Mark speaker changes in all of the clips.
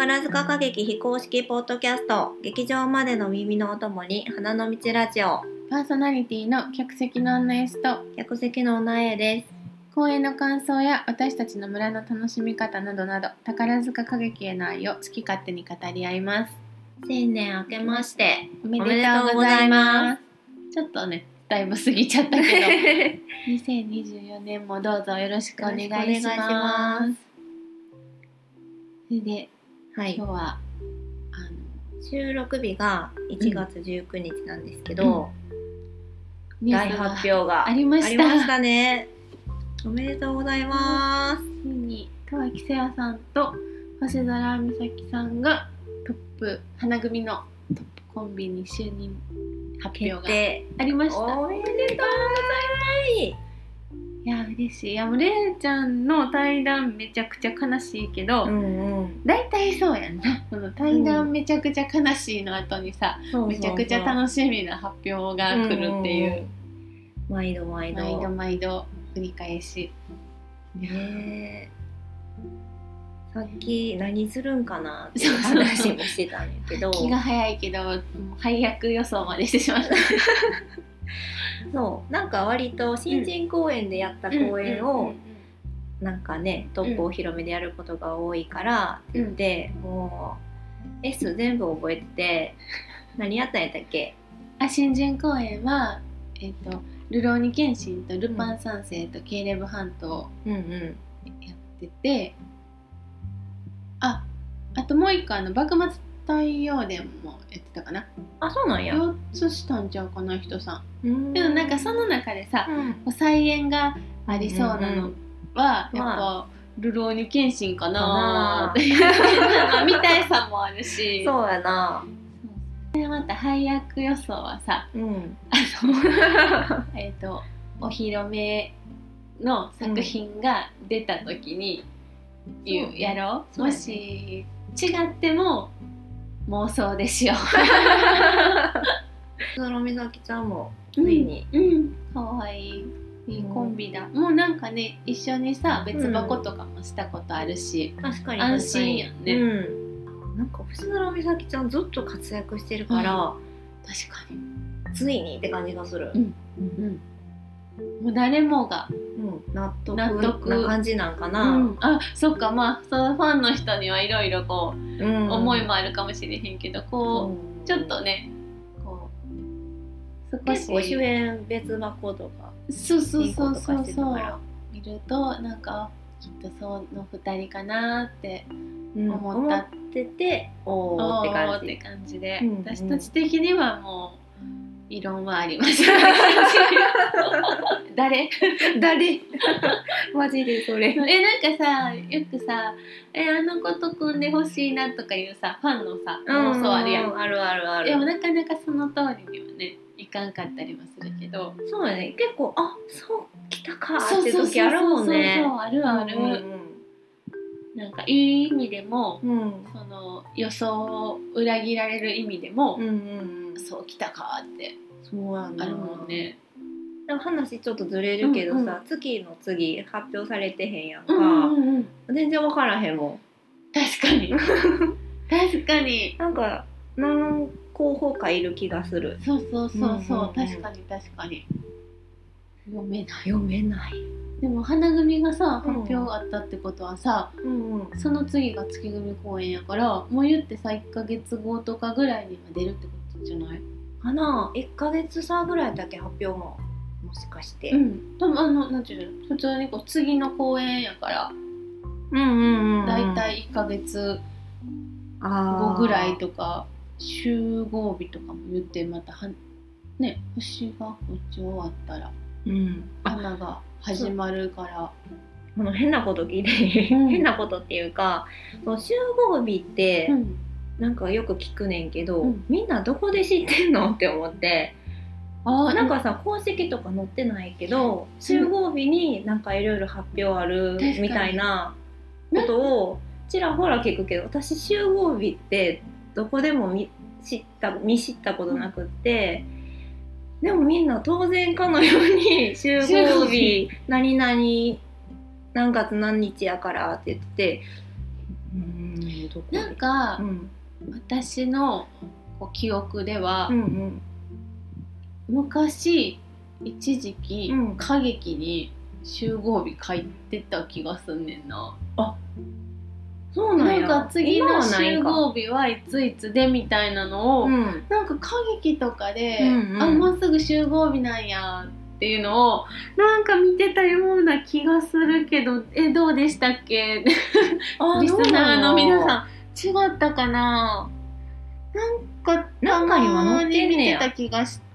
Speaker 1: 宝塚歌劇非公式ポッドキャスト、劇場までの耳のお供に花の道ラジオ、
Speaker 2: パーソナリティの客席の女 S と
Speaker 1: 客席の女 A です。
Speaker 2: 公演の感想や私たちの村の楽しみ方などなど、宝塚歌劇への愛を好き勝手に語り合います。
Speaker 1: 新年明けまして
Speaker 2: おめでとうございます。ちょっとね、だいぶ過ぎちゃったけど2024年もどうぞよろしくお願いします。それで、
Speaker 1: はい、
Speaker 2: 今日は
Speaker 1: 収録日が1月19日なんですけど、大発表が
Speaker 2: ありました
Speaker 1: ね。おめでとうございます。
Speaker 2: ついに河木瀬谷さんと星空美咲さんがトップ花組のトップコンビに就任発表がありました。
Speaker 1: おめでとうございます。
Speaker 2: いや嬉しい。いやもうれいちゃんの対談めちゃくちゃ悲しいけど、だいたいそうやんな。その対談めちゃくちゃ悲しいの後にさ、めちゃくちゃ楽しみな発表が来るっていう、
Speaker 1: 毎度
Speaker 2: 繰り返し。
Speaker 1: さっき何するんかなっていう話もしてたんやけど
Speaker 2: 気が早いけど配役予想までしてしまった
Speaker 1: そうなんか割と新人公演でやった公演をなんかねトップお披露目でやることが多いからって言って、もう S 全部覚えてて何やったんやったっけ。
Speaker 2: 新人公演はルローニケンシンとルパン三世とケイレブハントをやってて、あともう一個幕末太陽伝もやってたかな。
Speaker 1: あ、そうなんや。
Speaker 2: 4つしたんちゃうかな人さん。でもなんかその中でさ、再演がありそうなのはやっぱルローニケンシンかなっていう見たいさもあるし。
Speaker 1: そうやな。
Speaker 2: でまた配役予想はさ、お披露目の作品が出た時に言うやろう。もし違っても妄想でしよう。
Speaker 1: 星空美咲ちゃんもついに、
Speaker 2: かわいい、いいコンビだ。もうなんかね一緒にさ別箱とかもしたことあるし、
Speaker 1: 確かに
Speaker 2: 安心やんね。
Speaker 1: なんか星空美咲ちゃんずっと活躍してるから、
Speaker 2: 確か
Speaker 1: についにって感じがする。
Speaker 2: もう誰もが
Speaker 1: 納得な感じなんかな。
Speaker 2: あ、そっか。まあそのファンの人にはいろいろこう、思いもあるかもしれへんけど、こう、ちょっとねこう少し
Speaker 1: 結構主演別箱とか
Speaker 2: そう見るとなんかきっとその2人かなって思ってて、
Speaker 1: おーって
Speaker 2: 感じで、私たち的にはもう異論はあります誰マジでそれ。なんかさ、よくさあの子と組んでほしいなとかいうさファンのさ妄想あるやん。
Speaker 1: ある。
Speaker 2: でもなかなかその通りにはねいかんかったりもするけど。
Speaker 1: そうやね。結構そうきたかって時あるもんね。
Speaker 2: そうある。なんかいい意味でも、その予想を裏切られる意味でも、そうきたかってあるもんね。
Speaker 1: でも話ちょっとずれるけどさ、次の次発表されてへんやんか、全然分からへんもん。
Speaker 2: 確かに
Speaker 1: なんか何候補かいる気がする。
Speaker 2: そう確かに読めない。でも花組がさ発表があったってことはさ、その次が月組公演やからもう言ってさ1ヶ月後とかぐらいには出るってことじゃない
Speaker 1: かな。1ヶ月差ぐらいだけ発表もしかして。
Speaker 2: 多分なんていうの、普通にこう次の公演やからだいたい1ヶ月後ぐらいとか集合日とかも言って、またね星が落ち終わったら花が始まるから。
Speaker 1: 変なこと聞いて、変なことっていうか、その集合日って、なんかよく聞くねんけど、みんなどこで知ってんのって思って。なんかさ公式とか載ってないけど、集合日になんかいろいろ発表あるみたいなことをちらほら聞くけど、私集合日ってどこでも見知ったことなくって、でもみんな当然かのように集合日何々何月何日やからって言ってて、
Speaker 2: なんか、私の記憶では、昔一時期、歌劇に集合日書いてた気がすんねんな。
Speaker 1: あ、そうなんや。
Speaker 2: なんか次の集合日はいついつでみたいなのを、なんか歌劇とかで、あ、もうすぐ集合日なんやっていうのをなんか見てたような気がするけど、どうでしたっけ？リスナーの皆さん違ったかな？なんかたまに見てた気がした。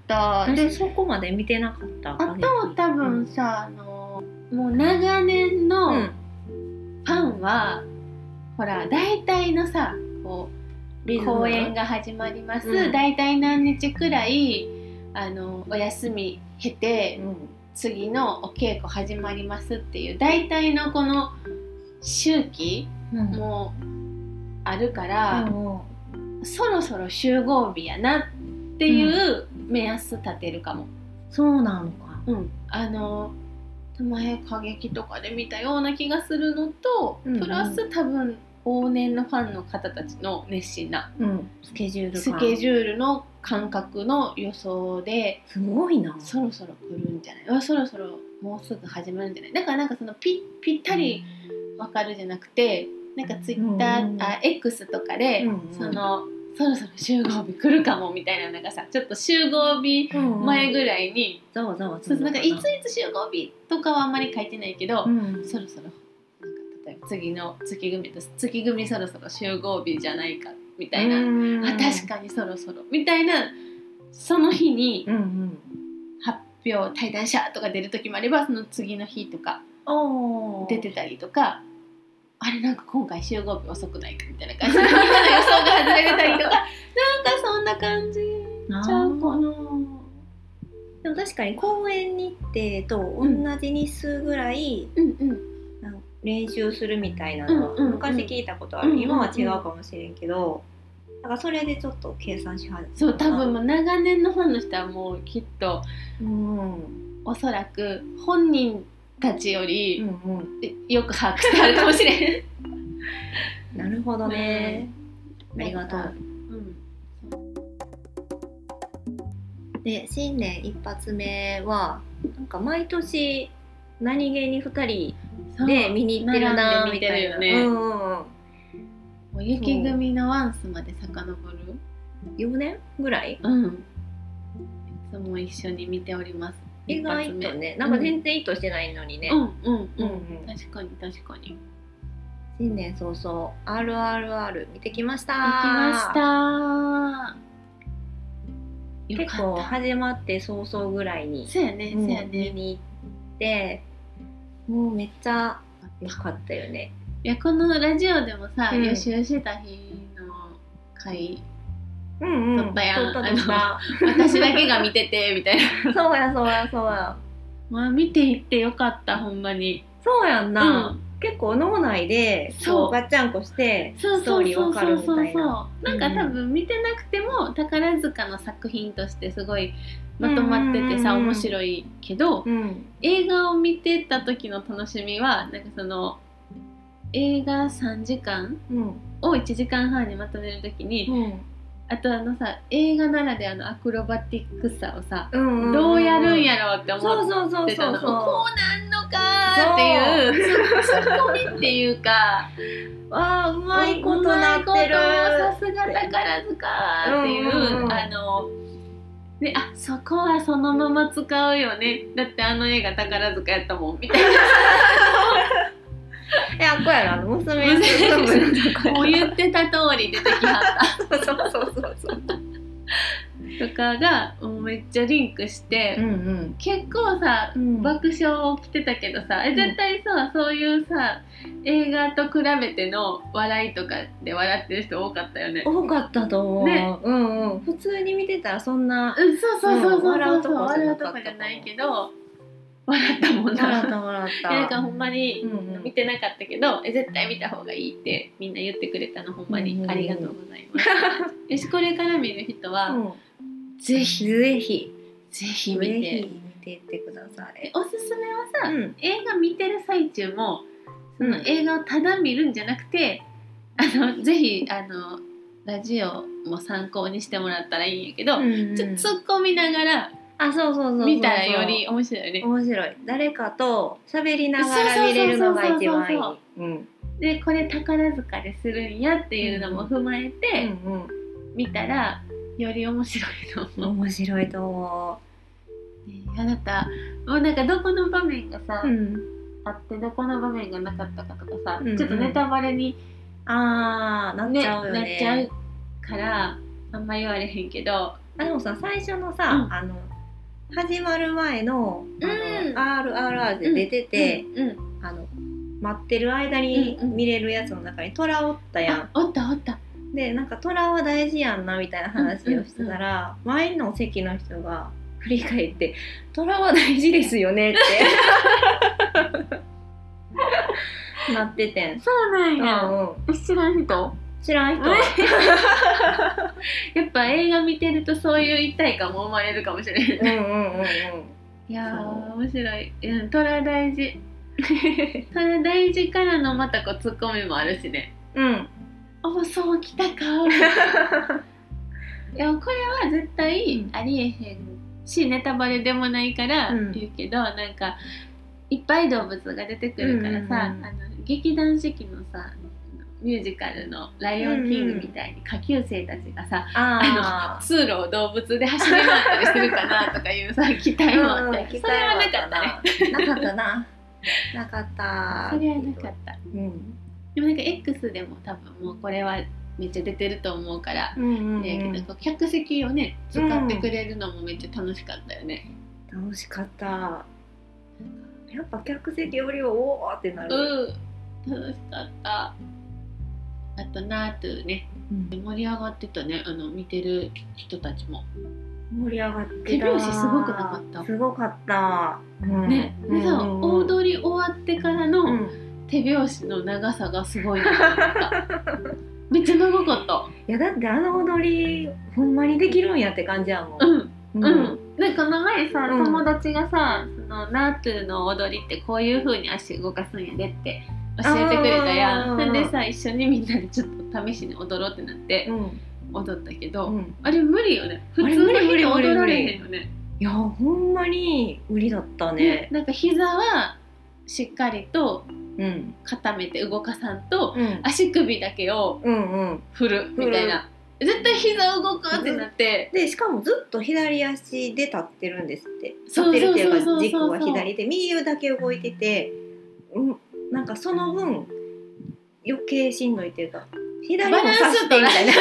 Speaker 1: 私そこまで見てなかった。
Speaker 2: あと多分さ、もう長年のファンは、ほら大体のさ、こう公演が始まります、大体何日くらいお休み経て、次のお稽古始まりますっていう大体のこの周期もあるから、そろそろ集合日やなっていう目安立てるかも。
Speaker 1: そうなのか。
Speaker 2: 前歌劇とかで見たような気がするのと、プラス多分往年のファンの方たちの熱心な
Speaker 1: スケジュ
Speaker 2: ールの感覚の予想で、
Speaker 1: すごいな。
Speaker 2: そろそろ来るんじゃない、そろそろもうすぐ始まるんじゃない。だからなんかそのぴったり分かるじゃなくて、なんかツイッター、X とかで、そろそろ集合日来るかもみたいな、なんかさ、ちょっと集合日前ぐらいに、なんかいついつ集合日とかはあんまり書いてないけど、そろそろなんか例えば次の月組そろそろ集合日じゃないかみたいな、確かにそろそろみたいな、その日に発表対談者とか出る時もあれば、その次の日とか出てたりとか、あれなんか今回集合日遅くないかみたいな感じでみんなの予想が外れてたりとか、なんかそんな感じちゃうかな。
Speaker 1: でも確かに公演日程と同じ日数ぐらい練習するみたいなのは昔聞いたことある。今は違うかもしれんけど、だからそれでちょっと計算し始めた。
Speaker 2: そう、多分もう長年のファンの人はもうきっと、おそらく本人たちよりよく把握してあるかもしれん。
Speaker 1: なるほどね、ありがとう。で、新年一発目はなんか毎年何気に2人で見に行ってるなみたいな。
Speaker 2: 雪組のワンスまで遡る
Speaker 1: 4年ぐらい、い
Speaker 2: つも一緒に見ております。
Speaker 1: 意外とね、なんか全然意図してないのにね。
Speaker 2: 確かに確かに。
Speaker 1: 新年早々 RRR 見てきました。結構始まって早々ぐらいに
Speaker 2: そうやね、
Speaker 1: 見に行って、もうめっちゃ良かったよね。
Speaker 2: いや、このラジオでもさ、予習した日の回撮ったやん。私だけが見ててみたいな。
Speaker 1: そうや。
Speaker 2: まあ見ていってよかった、ほんまに。
Speaker 1: そうやんな。結構脳内でガッチャンコしてストーリーわかるみたいな。
Speaker 2: なんか多分見てなくても宝塚の作品としてすごいまとまっててさ、面白いけど、映画を見てた時の楽しみは、なんかその映画3時間を1時間半にまとめる時に、あとさ、映画ならでアクロバティックさをさ、どうやるんやろうって思ってたの。こうなんのかっていうツッコミっていうか、
Speaker 1: わあ、うまいことなってる、
Speaker 2: さすが宝塚っていう、で、あ、そこはそのまま使うよね、だって映画宝塚やったもんみたいな。
Speaker 1: あっこやろ、娘
Speaker 2: もう言ってた通り出てきはった
Speaker 1: そう
Speaker 2: とかがもうめっちゃリンクして、結構さ、爆笑起きてたけどさ、絶対さ、そういうさ映画と比べての笑いとかで笑ってる人多かったよね。
Speaker 1: 多かったと思う、ね。普通に見てたらそんな、
Speaker 2: 笑うとかじゃないけど笑ったもんな。
Speaker 1: 笑った。
Speaker 2: なんかほんまに見てなかったけど、絶対見た方がいいってみんな言ってくれたの、ほんまにありがとうございます。よし、これから見る人は、ぜひ見て
Speaker 1: いってください。
Speaker 2: おすすめはさ、映画見てる最中もその映画をただ見るんじゃなくて、 ぜひラジオも参考にしてもらったらいいんやけど、ちょっと突っ込みながら見たらより面白いね。
Speaker 1: 面白い。誰かと喋りながら見れるのが一番いい。
Speaker 2: でこれ宝塚でするんやっていうのも踏まえて見たらより面白いと思う。
Speaker 1: 面白いと思
Speaker 2: う。あなたもうなんかどこの場面がさ、あってどこの場面がなかったかとかさ、ちょっとネタバレに
Speaker 1: なっちゃうよね。
Speaker 2: なっちゃうからあんま言われへんけど、
Speaker 1: でもさ最初のさ、始まる前のRRR で出てて、待ってる間に見れるやつの中に虎おったやん。
Speaker 2: おったおった。で
Speaker 1: なんか虎は大事やんなみたいな話をしてたら、前の席の人が振り返って「虎は大事ですよね」ってなっててん。
Speaker 2: そうなんや。知らん人やっぱ映画見てるとそういう一体感も生まれるかもしれない。いやー面白い。虎大事虎大事からのまたこうツッコミもあるしね。そうきたかいやこれは絶対ありえへんし、ネタバレでもないから言うけど、なんかいっぱい動物が出てくるからさ、劇団四季のさミュージカルの「ライオンキング」みたいに下級生たちがさ、通路を動物で走り回ったりするかなとかいうさ期待もあって、それはなかったね。
Speaker 1: なかったな。なかった。
Speaker 2: それはなかった。でもなんか X でも多分もうこれはめっちゃ出てると思うから、客席をね使ってくれるのもめっちゃ楽しかったよね。
Speaker 1: 楽しかった。やっぱ客席よりおおってなる。
Speaker 2: 楽しかった。あとナートゥね、盛り上がってたね。見てる人たちも
Speaker 1: 盛り上がってた。
Speaker 2: 手拍子すごくなかった？
Speaker 1: すごかった。
Speaker 2: ね、でさ踊り終わってからの手拍子の長さがすごいなと思った。めっちゃ長かった。
Speaker 1: いやだって踊りほんまにできるんやって感じやもん。
Speaker 2: でこの前さ、友達がさそのナートゥの踊りってこういう風に足動かすんやでって教えてくれたやん。なんでさ一緒にみんなでちょっと試しに踊ろうってなって踊ったけど、あれ無理よね。普通の人踊られへんよね。
Speaker 1: いやほんまに無理だったね。
Speaker 2: なんか膝はしっかりと固めて動かさんと、足首だけを振るみたいな。絶対膝を動くってなって、
Speaker 1: でしかもずっと左足で立ってるんですって。立ってるっていうか軸は左で右腕だけ動いてて、なんかその分余計しんどいっていうか左もさしてみたいな。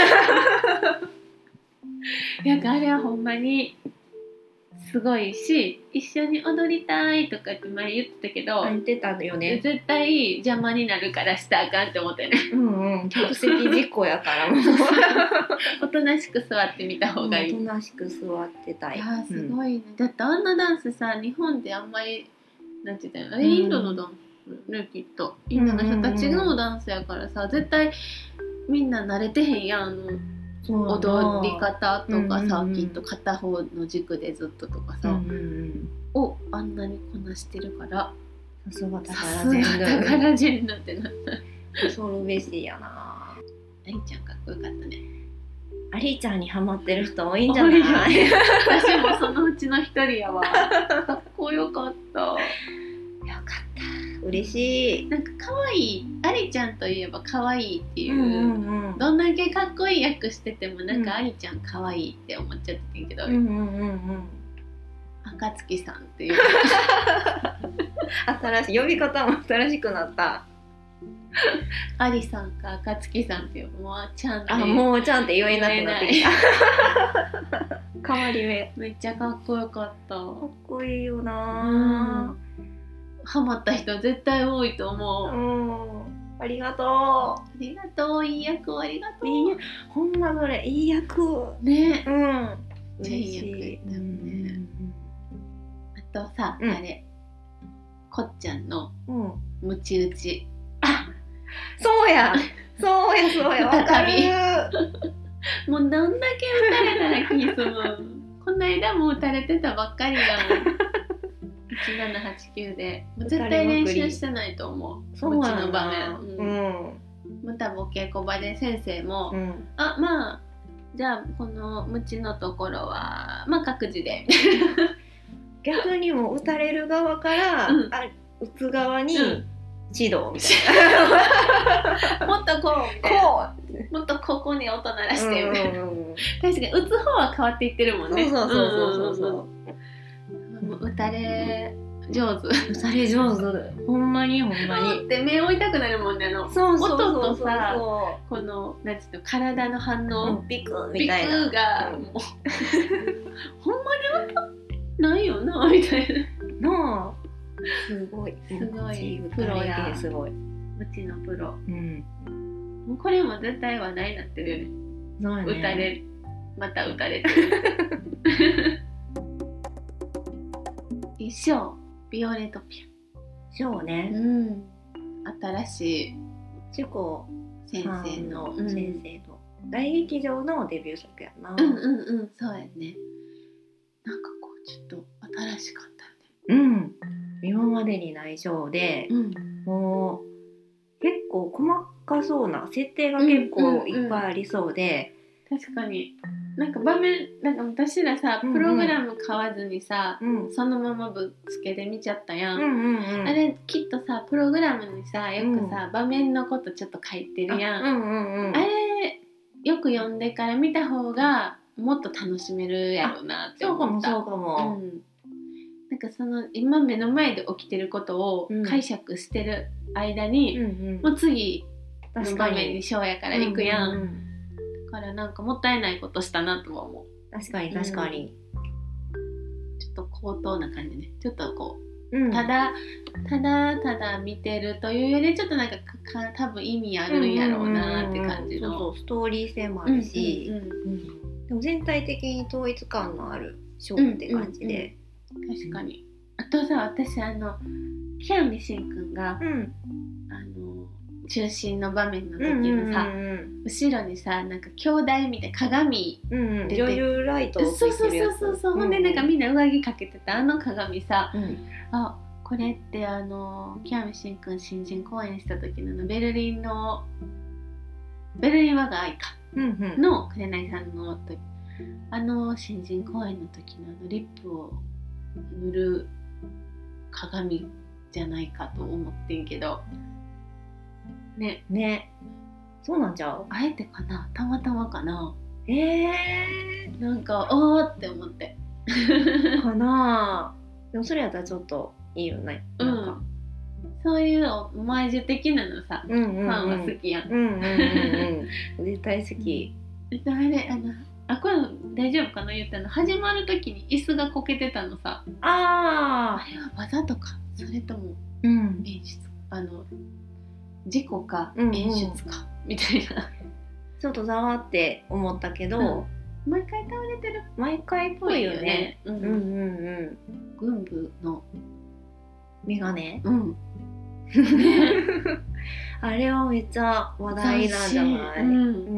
Speaker 2: なんかあれはほんまにすごいし、一緒に踊りたいとかって前言ってたけど、
Speaker 1: 言ってたよね。
Speaker 2: 絶対邪魔になるからしたらあかんって思ってね。
Speaker 1: 客席事故やからもう
Speaker 2: おとなしく座ってみた方がいい。
Speaker 1: おとなしく座ってたい。
Speaker 2: いやすごいね。だってあんなダンスさ日本であんまりなんて言ったの、インドのダンスね、きっとインドの人たちのダンスやからさ、絶対みんな慣れてへんやん。踊り方とかさ、きっと片方の軸でずっととかさ、をあんなにこなしてるから、
Speaker 1: さすが
Speaker 2: 宝ジェンヌってなった。
Speaker 1: 恐るべしやな。
Speaker 2: ありちゃんかっこよかったね。
Speaker 1: ありちゃんにハマってる人多いんじゃない？
Speaker 2: 私もそのうちの一人やわ。かっこよかった。よか
Speaker 1: った。嬉しい。
Speaker 2: なんか可愛い。ありちゃんといえば可愛いっていう、どんだけかっこいい役しててもなんかありちゃん可愛いって思っちゃってんけど、暁さんっていう
Speaker 1: 新しい呼び方も新しくなった。
Speaker 2: ありさんか暁さんっていうもうちゃんって
Speaker 1: もうちゃんって言えなくなってきた。変わり目。
Speaker 2: めっちゃかっこよかった。か
Speaker 1: っこいいよな。
Speaker 2: ハマった人絶対多いと思
Speaker 1: う。ありがとう。
Speaker 2: ありがとう。いい役をありがとう。
Speaker 1: ほんまそれいい役
Speaker 2: ね。
Speaker 1: 嬉しい。
Speaker 2: あとさ、あれこっちゃんのムチ打ち。
Speaker 1: そうやわかる。
Speaker 2: もうどんだけ打たれたら気済む。この間も打たれてたばっかりだもん。1789で絶対練習してないと思う。うちの場面。 またお稽古場で先生も、あ、まあじゃあこのムチのところはまあ各自で
Speaker 1: 逆にも打たれる側から、打つ側に指導みたいな、
Speaker 2: もっとこうみたいな、もっとここに音鳴らしてみたいな、確かに打つ方は変わっていってるもんね。打たれ上手、
Speaker 1: 打たれ上手、ほんまにほんまに
Speaker 2: って目追いたくなるもんね。音とさ、このなんていうの、体の反応、
Speaker 1: ビクみたいな、
Speaker 2: ビクがもうほんまに音ないよなみたいな。
Speaker 1: なあ、すごい
Speaker 2: プロや、
Speaker 1: すごい、
Speaker 2: うちのプロ。もうこれも絶対話題になってるよね。打たれ、また打たれてる。一生ビオレトピ
Speaker 1: ア。そうね。
Speaker 2: 新しい
Speaker 1: チュコ
Speaker 2: 先生の
Speaker 1: 大劇場のデビュー作やな。
Speaker 2: そうやね。なんかこうちょっと新しかったよね。
Speaker 1: 今までにないショーで、もう結構細かそうな設定が結構いっぱいありそうで、
Speaker 2: 確かになんか場面、なんか私らさ、プログラム買わずにさ、そのままぶっつけで見ちゃったやん。あれきっとさ、プログラムにさ、よくさ、場面のことちょっと書いてるやん。あれよく読んでから見た方がもっと楽しめるやろうなって思った。
Speaker 1: そうかも。
Speaker 2: なんかその今目の前で起きてることを解釈してる間に、もう次の場面にショーやから行くやん。だからなんかもったいないことしたなとは思う。
Speaker 1: 確かに、
Speaker 2: ちょっと高等な感じね。ちょっとこう、ただ見てるというよりちょっとなんか多分意味あるんやろうなって感じの、
Speaker 1: ストーリー性もあるし、でも全体的に統一感のあるショーって感じで、
Speaker 2: 確かに。あとさ、私木南真くんが、中心の場面の時のさ、後ろにさ、なんか兄弟みたいな鏡
Speaker 1: 出て、女優ライトをついてるやつ。
Speaker 2: そう、ほんでなんかみんな上着かけてた鏡さ、あ、これって木南真くん新人公演した時のベルリン我が愛かの紅さんの時、新人公演の時のリップを塗る鏡じゃないかと思ってんけどね、
Speaker 1: そうなんちゃう？
Speaker 2: あえてかな、たまたまかな。なんかおーって思って
Speaker 1: かな。でもそれやったらちょっといいよね。なんか
Speaker 2: そういうオマージュ的なのさ、ファンは好きやん。
Speaker 1: 絶対好き。
Speaker 2: あれこれ大丈夫かな、言ったの始まる時に椅子がこけてたのさ。あれはわざとか、それとも演出、事故か演出かみたいな。
Speaker 1: ちょっとざわって思ったけど、
Speaker 2: 毎回倒れてる、
Speaker 1: 毎回っぽいよね。
Speaker 2: 軍部の
Speaker 1: メガネ。あれはめっちゃ話題なんじゃない？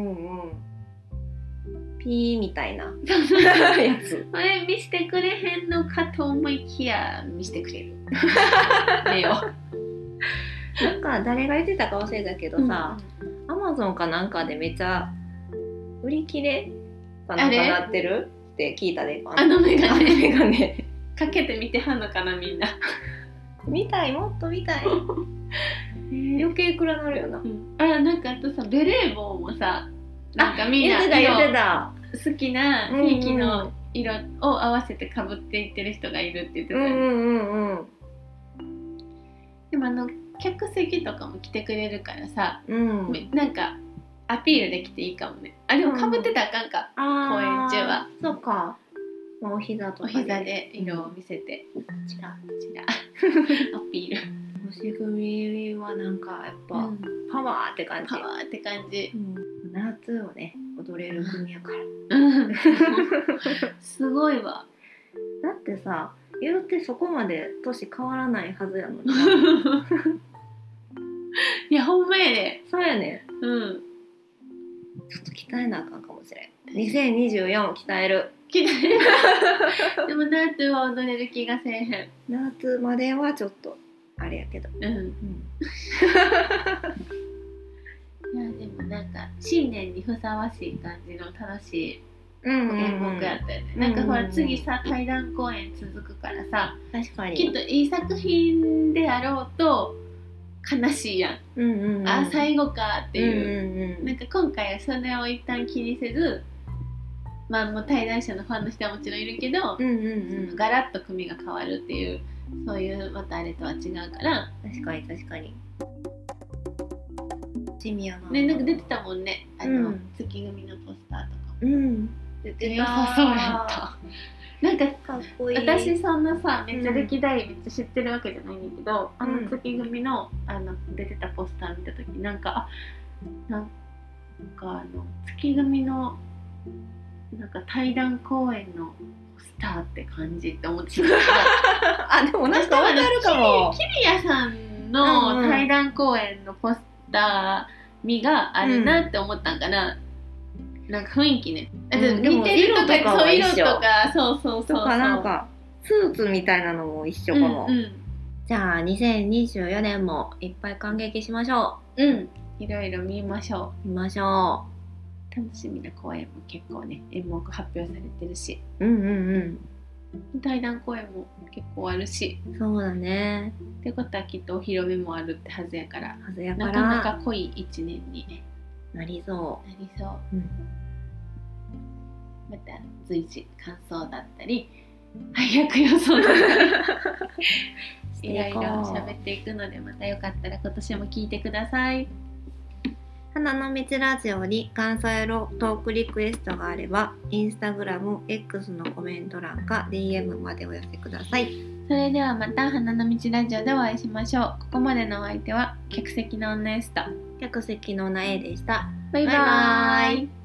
Speaker 1: ピーみたいなやつ。
Speaker 2: あれ見せてくれへんのかと思いきや見せてくれる。ねよ。
Speaker 1: なんか誰が言ってたか忘れたけどさ、Amazon かなんかでめっちゃ売り切れかなんかなってるって聞いたで。
Speaker 2: メガネかけてみてはんのかな、みんな。
Speaker 1: 見たい、もっと見たい。余計暗なるよな。
Speaker 2: なんかあとさ、ベレー帽もさ、なんかみんな
Speaker 1: 言ってた
Speaker 2: 好きな雰囲気の色を合わせてかぶっていってる人がいるって言ってたよね。でも客席とかも来てくれるからさ、なんかアピールできていいかもね。でもかぶってたらあかんか、公演中は。
Speaker 1: そっか、お膝とか
Speaker 2: お膝で色を見せてチラアピール。
Speaker 1: 星組はなんかやっぱパワーって感じ。夏をね踊れる組やから。
Speaker 2: すごいわ。
Speaker 1: だってさ、言うてそこまで年変わらないはずやのに。
Speaker 2: いや、ほんまやで。
Speaker 1: そうやね。ちょっと鍛えなあかんかもしれん。2024鍛える。
Speaker 2: でも夏は踊れる気がせえへん。
Speaker 1: 夏まではちょっとあれやけど。
Speaker 2: でもなんか新年にふさわしい感じの楽しい演目やったよね。なんかほら次さ対談公演続くからさ、
Speaker 1: 確かに
Speaker 2: きっといい作品であろうと悲しいやん、あ最後かっていう、なんか今回はそれを一旦気にせず、まあもう対談者のファンの人はもちろんいるけど、ガラッと組が変わるっていう、そういうまたあれとは違うから。
Speaker 1: 確かに確かに。地味やな。
Speaker 2: ね、なんか出てたもんね、月組のポスターとか
Speaker 1: も。
Speaker 2: 出てた。そうやった。なんかかっこいい。私そんなさ、めっちゃ歴代めっちゃ知ってるわけじゃないんだけど、月組の出てたポスター見た時なんか月組のなんか対談公演のポスターって感じって思ってしまった。
Speaker 1: でもなんかわかるかも。
Speaker 2: キリヤさんの対談公演のポスター味があるなって思ったんかな。なんか雰囲気ね。似てるとか、そう色とか、そうと
Speaker 1: かなんかスーツみたいなのも一緒かも。じゃあ2024年もいっぱい感激しましょ
Speaker 2: う。いろいろ見ましょ
Speaker 1: う。
Speaker 2: 楽しみな公演も結構ね、演目発表されてるし。対談公演も結構あるし。
Speaker 1: そうだね。
Speaker 2: ってことはきっとお披露目もあるってはずやから、なかなか濃い1年に
Speaker 1: なりそう。
Speaker 2: また随時感想だったり配役予想だったりいろいろ喋っていくので、またよかったら今年も聞いてください。
Speaker 1: 花の道ラジオに感想やトークリクエストがあればインスタグラム X のコメント欄か DM までお寄せください。
Speaker 2: それではまた花の道ラジオでお会いしましょう。ここまでのお相手は客席の女エスタ、
Speaker 1: 客席の女 A でした。
Speaker 2: バイバーイ。